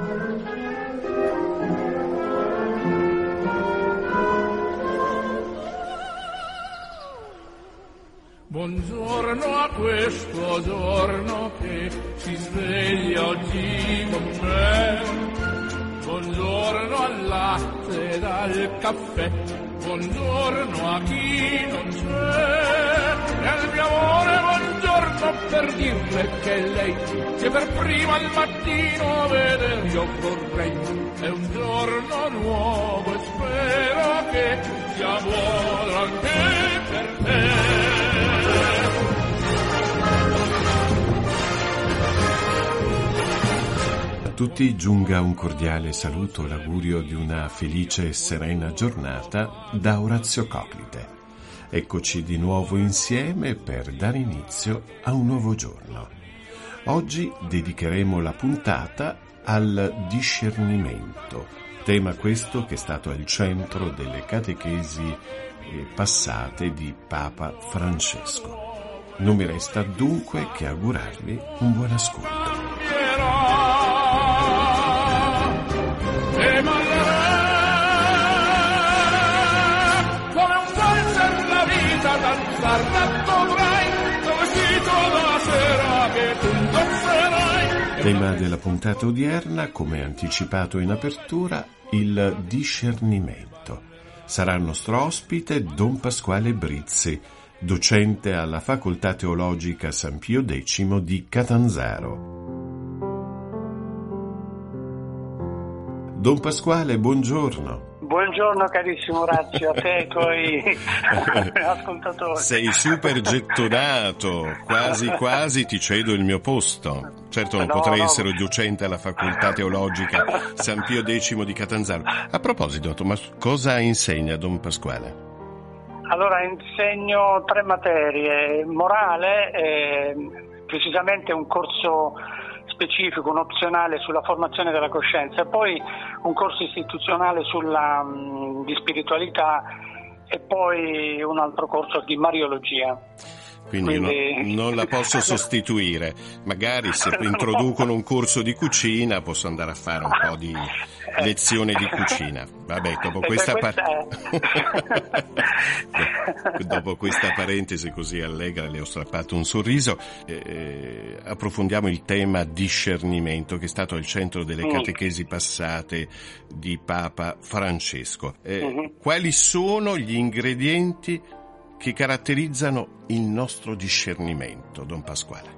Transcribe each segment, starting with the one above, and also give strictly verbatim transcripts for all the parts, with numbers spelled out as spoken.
Buongiorno a questo giorno che si sveglia oggi con me. Buongiorno al latte e al caffè. Buongiorno a chi non c'è. E al mio amore buongiorno per dirle che lei che per prima al mattino vedere io vorrei. È un giorno nuovo e spero che sia buono anche per te. A tutti giunga un cordiale saluto, l'augurio di una felice e serena giornata da Orazio Coclite. Eccoci di nuovo insieme per dare inizio a un nuovo giorno. Oggi dedicheremo la puntata al discernimento, tema questo che è stato al centro delle catechesi passate di Papa Francesco. Non mi resta dunque che augurarvi un buon ascolto. Tema della puntata odierna, come anticipato in apertura, il discernimento. Sarà il nostro ospite Don Pasquale Brizzi, docente alla Facoltà Teologica San Pio X di Catanzaro. Don Pasquale, buongiorno. Buongiorno carissimo Orazio, a te e ai tuoi ascoltatori. Sei super gettonato, quasi quasi ti cedo il mio posto. Certo non no, potrei no. essere docente alla Facoltà Teologica San Pio X di Catanzaro. A proposito, ma cosa insegna Don Pasquale? Allora, insegno tre materie: morale, eh, precisamente un corso specifico, un opzionale sulla formazione della coscienza, e poi un corso istituzionale sulla, mh, di spiritualità, e poi un altro corso di Mariologia. Quindi, Quindi... No, non la posso sostituire. Magari se introducono un corso di cucina posso andare a fare un po' di lezione di cucina. Vabbè, dopo questa, par... dopo questa parentesi così allegra le ho strappato un sorriso. Eh, approfondiamo il tema discernimento, che è stato al centro delle catechesi passate di Papa Francesco. Eh, uh-huh. Quali sono gli ingredienti che caratterizzano il nostro discernimento, Don Pasquale?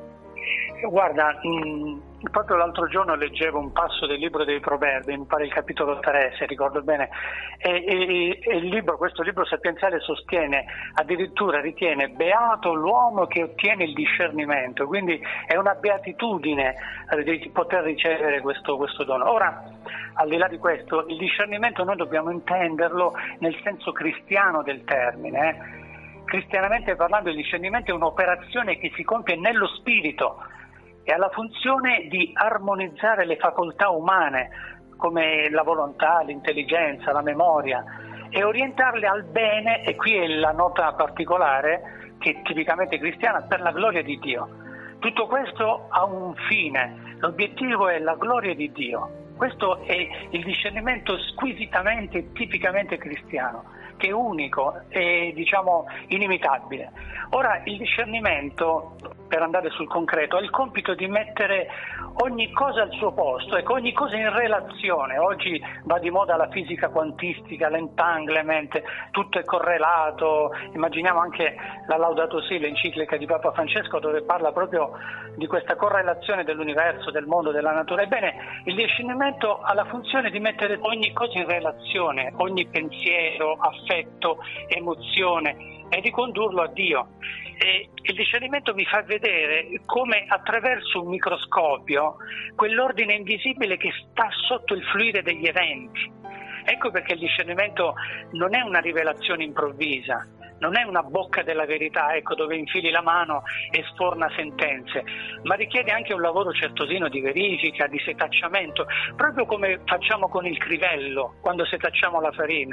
Guarda, mh, proprio l'altro giorno leggevo un passo del libro dei Proverbi, mi pare il capitolo tre, se ricordo bene, e, e, e il libro, questo libro sapienziale sostiene, addirittura ritiene beato l'uomo che ottiene il discernimento, quindi è una beatitudine di poter ricevere questo, questo dono. Ora, al di là di questo, il discernimento noi dobbiamo intenderlo nel senso cristiano del termine. Eh? Cristianamente parlando, il discernimento è un'operazione che si compie nello spirito e ha la funzione di armonizzare le facoltà umane, come la volontà, l'intelligenza, la memoria, e orientarle al bene, e qui è la nota particolare, che è tipicamente cristiana, per la gloria di Dio. Tutto questo ha un fine, l'obiettivo è la gloria di Dio. Questo è il discernimento squisitamente e tipicamente cristiano, che è unico e diciamo inimitabile. Ora, il discernimento, per andare sul concreto, ha il compito di mettere ogni cosa al suo posto, ecco, ogni cosa in relazione. Oggi va di moda la fisica quantistica, l'entanglement, tutto è correlato. Immaginiamo anche la Laudato Si, l'enciclica di Papa Francesco, dove parla proprio di questa correlazione dell'universo, del mondo, della natura. Ebbene, il discernimento ha la funzione di mettere ogni cosa in relazione, ogni pensiero, affetto, emozione, e di condurlo a Dio. E il discernimento mi fa vedere come attraverso un microscopio quell'ordine invisibile che sta sotto il fluire degli eventi. Ecco perché il discernimento non è una rivelazione improvvisa, non è una bocca della verità, ecco, dove infili la mano e sforna sentenze, ma richiede anche un lavoro certosino di verifica, di setacciamento, proprio come facciamo con il crivello quando setacciamo la farina.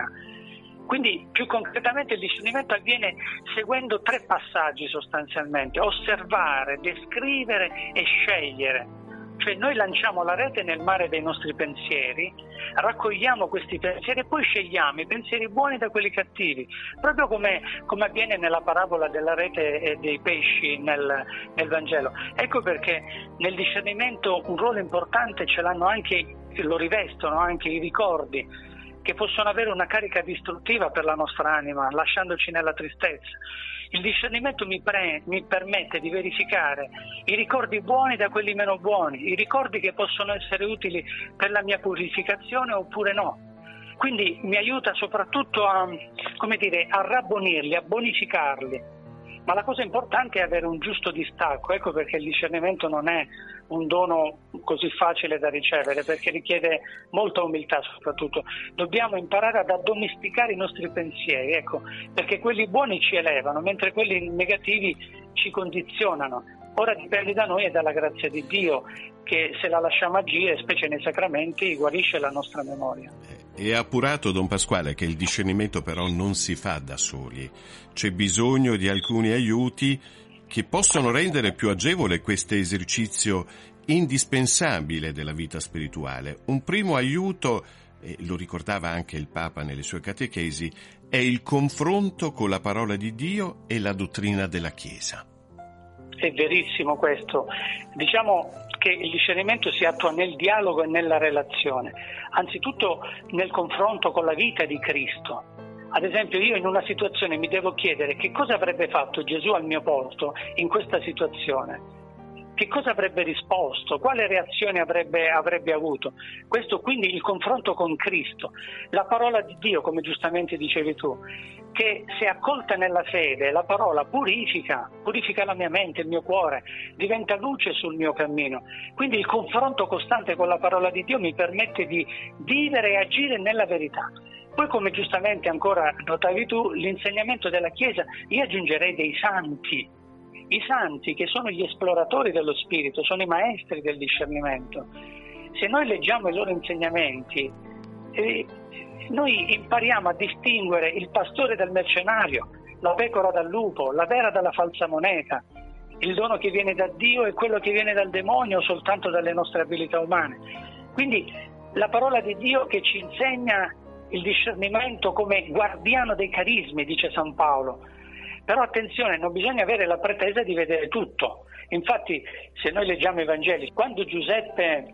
Quindi più concretamente il discernimento avviene seguendo tre passaggi sostanzialmente: osservare, descrivere e scegliere. Cioè noi lanciamo la rete nel mare dei nostri pensieri, raccogliamo questi pensieri e poi scegliamo i pensieri buoni da quelli cattivi, proprio come, come avviene nella parabola della rete e dei pesci nel, nel Vangelo. Ecco perché nel discernimento un ruolo importante ce l'hanno anche, lo rivestono anche i ricordi, che possono avere una carica distruttiva per la nostra anima, lasciandoci nella tristezza. Il discernimento mi, pre- mi permette di verificare i ricordi buoni da quelli meno buoni, i ricordi che possono essere utili per la mia purificazione oppure no. Quindi mi aiuta soprattutto a, come dire, a rabbonirli, a bonificarli. Ma la cosa importante è avere un giusto distacco, ecco perché il discernimento non è un dono così facile da ricevere, perché richiede molta umiltà soprattutto. Dobbiamo imparare ad addomesticare i nostri pensieri, ecco, perché quelli buoni ci elevano, mentre quelli negativi ci condizionano. Ora dipende da noi e dalla grazia di Dio, che se la lasciamo agire, specie nei sacramenti, guarisce la nostra memoria. È appurato, Don Pasquale, che il discernimento però non si fa da soli. C'è bisogno di alcuni aiuti che possono rendere più agevole questo esercizio indispensabile della vita spirituale. Un primo aiuto, e lo ricordava anche il Papa nelle sue catechesi, è il confronto con la parola di Dio e la dottrina della Chiesa. È verissimo questo. Diciamo che il discernimento si attua nel dialogo e nella relazione, anzitutto nel confronto con la vita di Cristo. Ad esempio, io in una situazione mi devo chiedere che cosa avrebbe fatto Gesù al mio posto in questa situazione. Che cosa avrebbe risposto? Quale reazione avrebbe, avrebbe avuto? Questo quindi il confronto con Cristo. La parola di Dio, come giustamente dicevi tu, che se accolta nella fede, la parola purifica, purifica la mia mente, il mio cuore, diventa luce sul mio cammino. Quindi il confronto costante con la parola di Dio mi permette di vivere e agire nella verità. Poi, come giustamente ancora notavi tu, l'insegnamento della Chiesa, io aggiungerei dei santi. I santi, che sono gli esploratori dello spirito, sono i maestri del discernimento. Se noi leggiamo i loro insegnamenti, eh, noi impariamo a distinguere il pastore dal mercenario, la pecora dal lupo, la vera dalla falsa moneta, il dono che viene da Dio e quello che viene dal demonio soltanto dalle nostre abilità umane. Quindi la parola di Dio che ci insegna il discernimento come guardiano dei carismi, dice San Paolo. Però attenzione, non bisogna avere la pretesa di vedere tutto. Infatti, se noi leggiamo i Vangeli, quando Giuseppe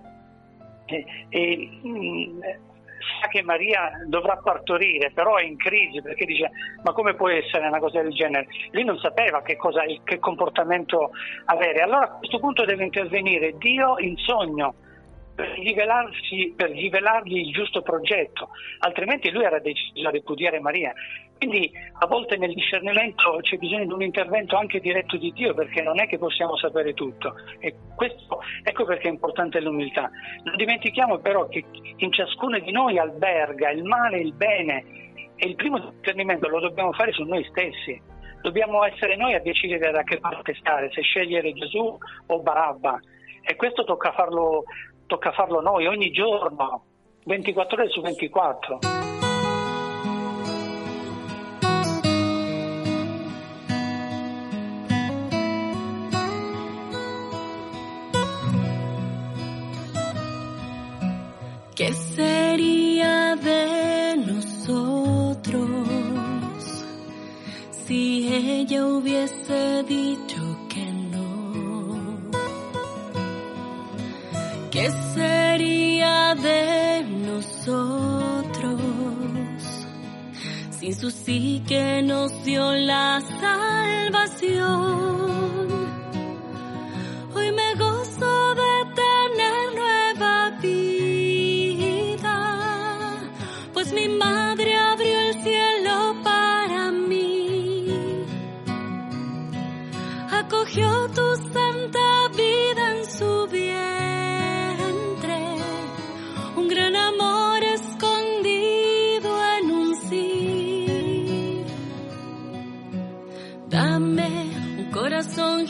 eh, eh, mh, sa che Maria dovrà partorire, però è in crisi perché dice: ma come può essere una cosa del genere? Lui non sapeva che cosa, che comportamento avere. Allora a questo punto deve intervenire Dio in sogno per rivelarsi, per rivelargli il giusto progetto, altrimenti lui era deciso a ripudiare Maria. Quindi a volte nel discernimento c'è bisogno di un intervento anche diretto di Dio, perché non è che possiamo sapere tutto. E questo, ecco perché è importante l'umiltà. Non dimentichiamo però che in ciascuno di noi alberga il male e il bene, e il primo discernimento lo dobbiamo fare su noi stessi. Dobbiamo essere noi a decidere da che parte stare, se scegliere Gesù o Barabba. E questo tocca farlo, tocca farlo noi ogni giorno, ventiquattro ore su ventiquattro. ¿Qué sería de nosotros si ella hubiese dicho que no? ¿Qué sería de nosotros sin su sí que nos dio la salvación? Hoy me gozo de tener nueva vida, pues mi madre abrió el cielo para mí, acogió tu santa vida en su vientre, un gran amor escondido en un sí. Dame un corazón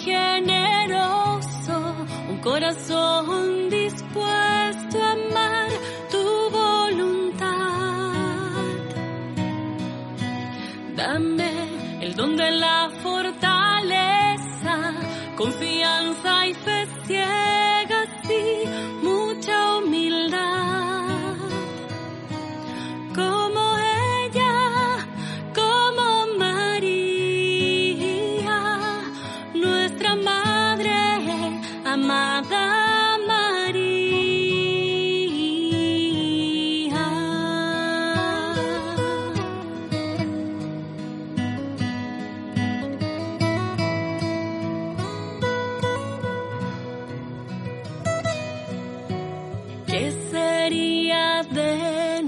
¿Qué sería de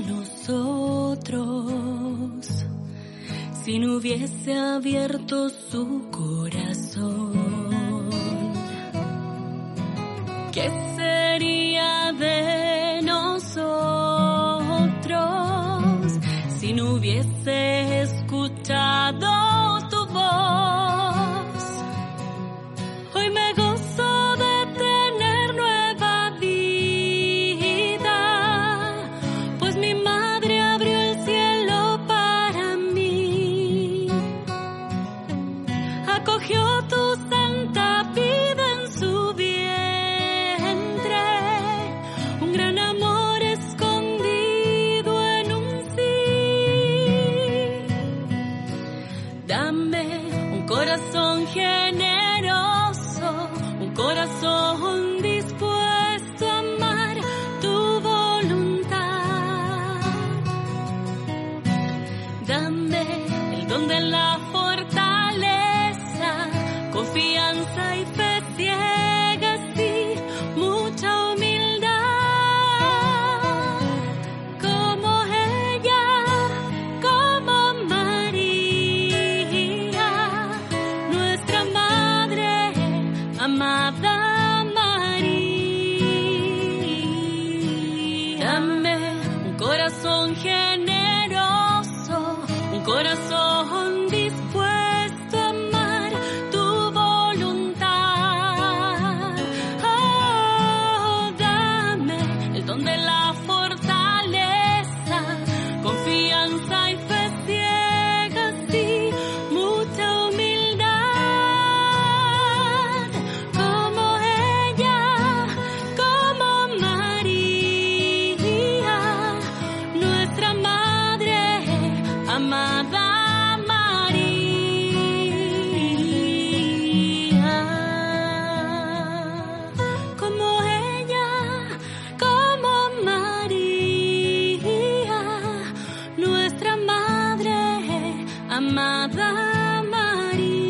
nosotros si no hubiese abierto su corazón? ¿Qué sería de nosotros si no hubiese escuchado tu voz? Hoy me gozo de tener nueva vida, pues mi madre abrió el cielo para mí. Acogió tu santa vida en su vientre, un gran amor escondido en un sí. Dame un corazón generoso, un corazón dispuesto a amar tu voluntad. Dame el don de la fortaleza, confianza y fe ciegas y mucha humildad. Como ella, como María, nuestra madre, amada María. Dame un corazón generoso, un corazón dispuesto a amar tu voluntad. Oh, dame el don de la fortaleza, confianza y fe ciegas y mucha humildad. Como ella, como María, nuestra madre, amada María. Como ella, como María, nuestra madre, amada María.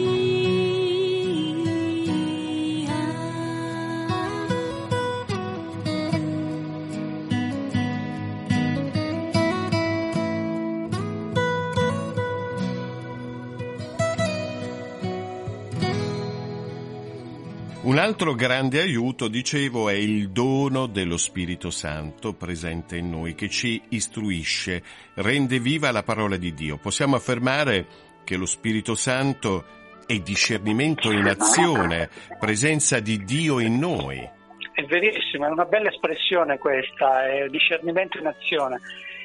Un altro grande aiuto, dicevo, è il dono dello Spirito Santo presente in noi, che ci istruisce, rende viva la parola di Dio. Possiamo affermare che lo Spirito Santo è discernimento in azione, presenza di Dio in noi. È verissimo, è una bella espressione questa, è discernimento in azione.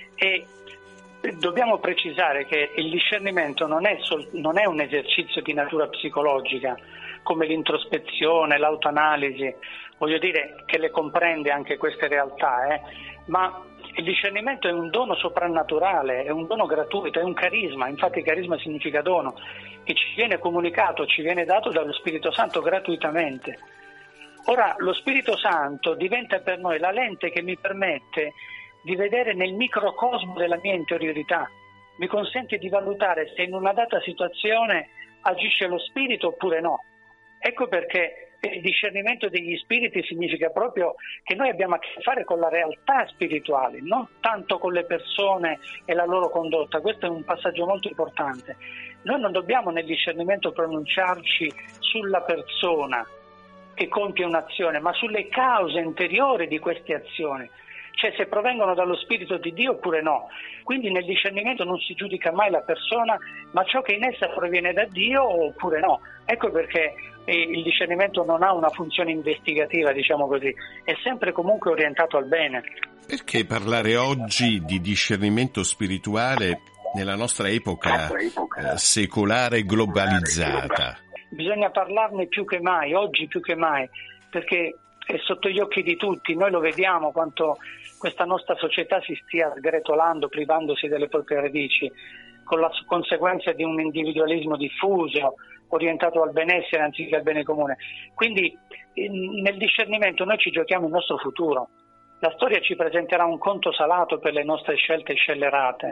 E dobbiamo precisare che il discernimento non è, sol- non è un esercizio di natura psicologica, come l'introspezione, l'autoanalisi, voglio dire che le comprende anche queste realtà, eh? Ma il discernimento è un dono soprannaturale, è un dono gratuito, è un carisma, infatti carisma significa dono, che ci viene comunicato, ci viene dato dallo Spirito Santo gratuitamente. Ora, lo Spirito Santo diventa per noi la lente che mi permette di vedere nel microcosmo della mia interiorità, mi consente di valutare se in una data situazione agisce lo Spirito oppure no. Ecco perché il discernimento degli spiriti significa proprio che noi abbiamo a che fare con la realtà spirituale, non tanto con le persone e la loro condotta. Questo è un passaggio molto importante. Noi non dobbiamo nel discernimento pronunciarci sulla persona che compie un'azione, ma sulle cause interiori di queste azioni, cioè se provengono dallo Spirito di Dio oppure no. Quindi nel discernimento non si giudica mai la persona, ma ciò che in essa proviene da Dio oppure no. Ecco perché il discernimento non ha una funzione investigativa, diciamo così, è sempre comunque orientato al bene. Perché parlare oggi di discernimento spirituale nella nostra epoca eh, secolare e globalizzata? Bisogna parlarne più che mai, oggi più che mai, perché è sotto gli occhi di tutti, noi lo vediamo quanto questa nostra società si stia sgretolando, privandosi delle proprie radici, con la conseguenza di un individualismo diffuso, orientato al benessere anziché al bene comune. Quindi nel discernimento noi ci giochiamo il nostro futuro. La storia ci presenterà un conto salato per le nostre scelte scellerate,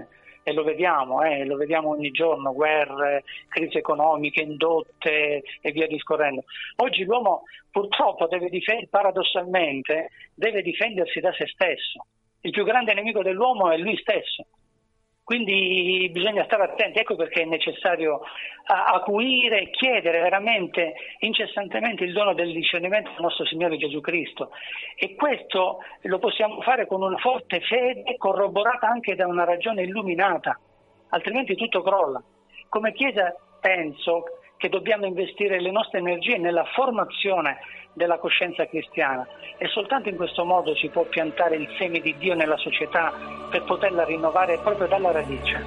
e lo vediamo, eh, lo vediamo ogni giorno, guerre, crisi economiche, indotte e via discorrendo. Oggi l'uomo purtroppo deve difend- paradossalmente deve difendersi da se stesso. Il più grande nemico dell'uomo è lui stesso. Quindi bisogna stare attenti, ecco perché è necessario acuire e chiedere veramente incessantemente il dono del discernimento al nostro Signore Gesù Cristo, e questo lo possiamo fare con una forte fede corroborata anche da una ragione illuminata, altrimenti tutto crolla. Come Chiesa penso che dobbiamo investire le nostre energie nella formazione della coscienza cristiana, e soltanto in questo modo si può piantare il seme di Dio nella società per poterla rinnovare proprio dalla radice.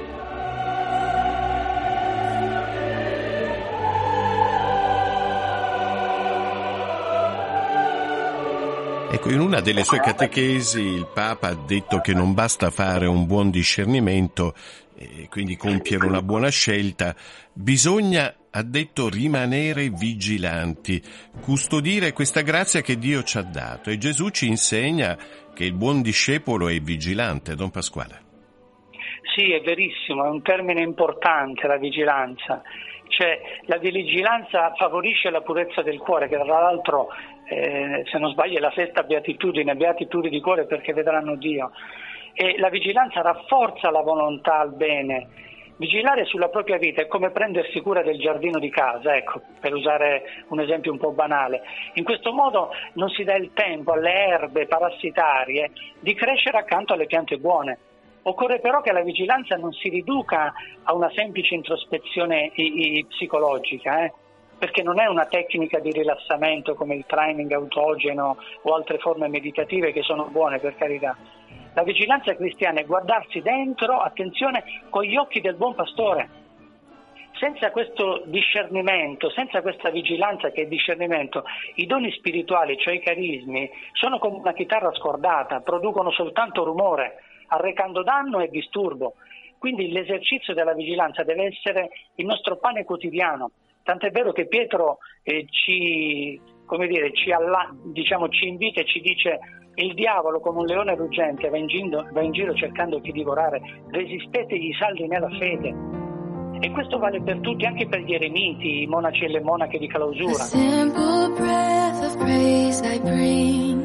Ecco, in una delle sue catechesi il Papa ha detto che non basta fare un buon discernimento e quindi compiere una buona scelta, bisogna, ha detto, rimanere vigilanti, custodire questa grazia che Dio ci ha dato, e Gesù ci insegna che il buon discepolo è vigilante, Don Pasquale. Sì, è verissimo, è un termine importante la vigilanza, cioè la vigilanza favorisce la purezza del cuore, che tra l'altro eh, se non sbaglio è la sesta beatitudine, beatitudini di cuore perché vedranno Dio, e la vigilanza rafforza la volontà al bene. Vigilare sulla propria vita è come prendersi cura del giardino di casa, ecco, per usare un esempio un po' banale. In questo modo non si dà il tempo alle erbe parassitarie di crescere accanto alle piante buone. Occorre però che la vigilanza non si riduca a una semplice introspezione i- i psicologica, eh? perché non è una tecnica di rilassamento come il training autogeno o altre forme meditative che sono buone, per carità. La vigilanza cristiana è guardarsi dentro, attenzione, con gli occhi del buon pastore. Senza questo discernimento, senza questa vigilanza che è discernimento, i doni spirituali, cioè i carismi, sono come una chitarra scordata, producono soltanto rumore, arrecando danno e disturbo. Quindi l'esercizio della vigilanza deve essere il nostro pane quotidiano. Tant'è vero che Pietro eh, ci, come dire, ci, alla, diciamo, ci invita e ci dice: il diavolo come un leone ruggente va in giro, va in giro cercando chi divorare, resistetegli saldi nella fede. E questo vale per tutti, anche per gli eremiti, i monaci e le monache di clausura. A simple breath of praise I bring,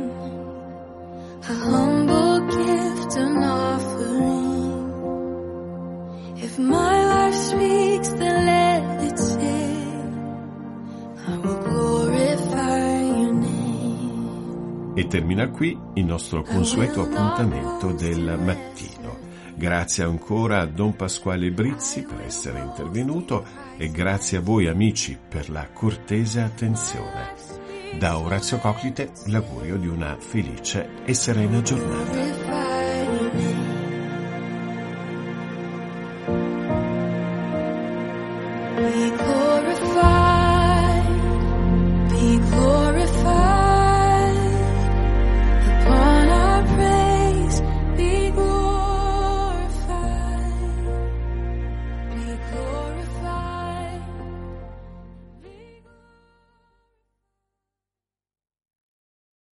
a humble gift, an offering. If my life speaks, then let it sing, I will glorify your name. E termina qui il nostro consueto appuntamento del mattino. Grazie ancora a Don Pasquale Brizzi per essere intervenuto, e grazie a voi amici per la cortese attenzione. Da Orazio Coclite l'augurio di una felice e serena giornata.